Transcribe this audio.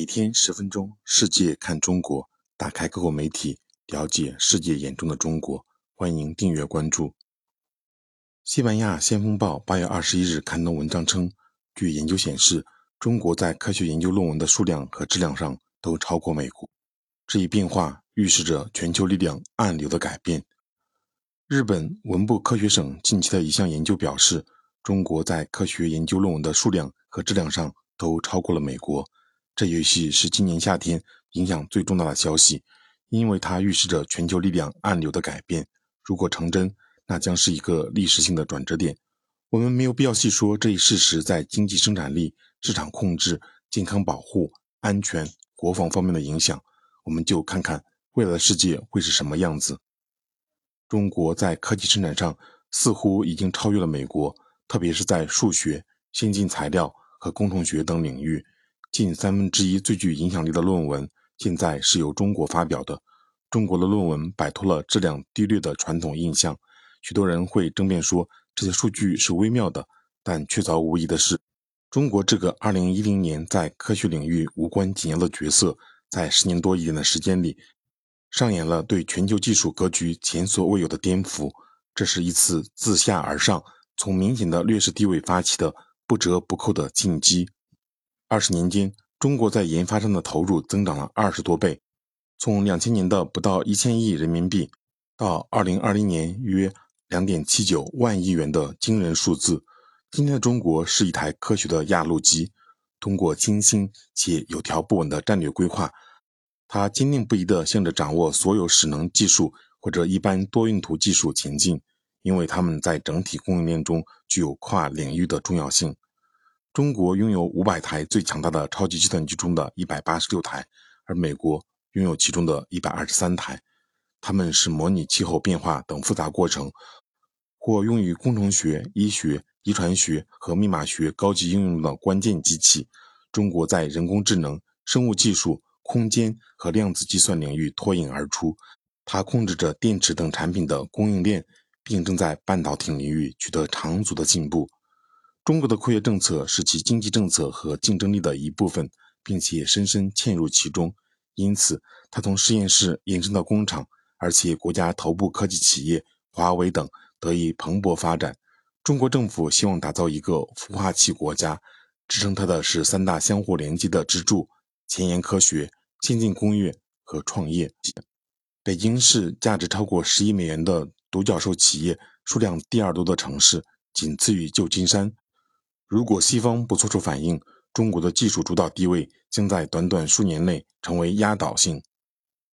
每天10分钟，世界看中国，打开各国媒体，了解世界眼中的中国。欢迎订阅关注。西班牙先锋报8月21日刊登文章称，据研究显示，中国在科学研究论文的数量和质量上都超过美国。这一变化预示着全球力量暗流的改变。日本文部科学省近期的一项研究表示，中国在科学研究论文的数量和质量上都超过了美国。这也许是今年夏天影响最重大的消息，因为它预示着全球力量暗流的改变。如果成真，那将是一个历史性的转折点。我们没有必要细说这一事实在经济生产力、市场控制、健康保护、安全、国防方面的影响，我们就看看未来的世界会是什么样子。中国在科技生产上似乎已经超越了美国，特别是在数学、先进材料和工程学等领域。近1/3最具影响力的论文现在是由中国发表的。中国的论文摆脱了质量低劣的传统印象。许多人会争辩说这些数据是微妙的，但确凿无疑的是，中国这个2010年在科学领域无关紧要的角色，在10年多一点的时间里，上演了对全球技术格局前所未有的颠覆。这是一次自下而上，从明显的劣势地位发起的不折不扣的进击。20年间，中国在研发上的投入增长了20多倍，从2000年的不到1000亿人民币，到2020年约2.79万亿元的惊人数字。今天的中国是一台科学的压路机，通过精心且有条不紊的战略规划，它坚定不移地向着掌握所有势能技术或者一般多用途技术前进，因为它们在整体供应链中具有跨领域的重要性。中国拥有500台最强大的超级计算机中的186台，而美国拥有其中的123台。它们是模拟气候变化等复杂过程，或用于工程学、医学、遗传学和密码学高级应用的关键机器。中国在人工智能、生物技术、空间和量子计算领域脱颖而出。它控制着电池等产品的供应链，并正在半导体领域取得长足的进步。中国的科学政策是其经济政策和竞争力的一部分，并且深深嵌入其中。因此，它从实验室延伸到工厂，而且国家头部科技企业华为等得以蓬勃发展。中国政府希望打造一个孵化器国家，支撑它的是3大相互连接的支柱：前沿科学、先进工业和创业。北京是价值超过10亿美元的独角兽企业数量第2多的城市，仅次于旧金山。如果西方不做出反应，中国的技术主导地位将在短短数年内成为压倒性。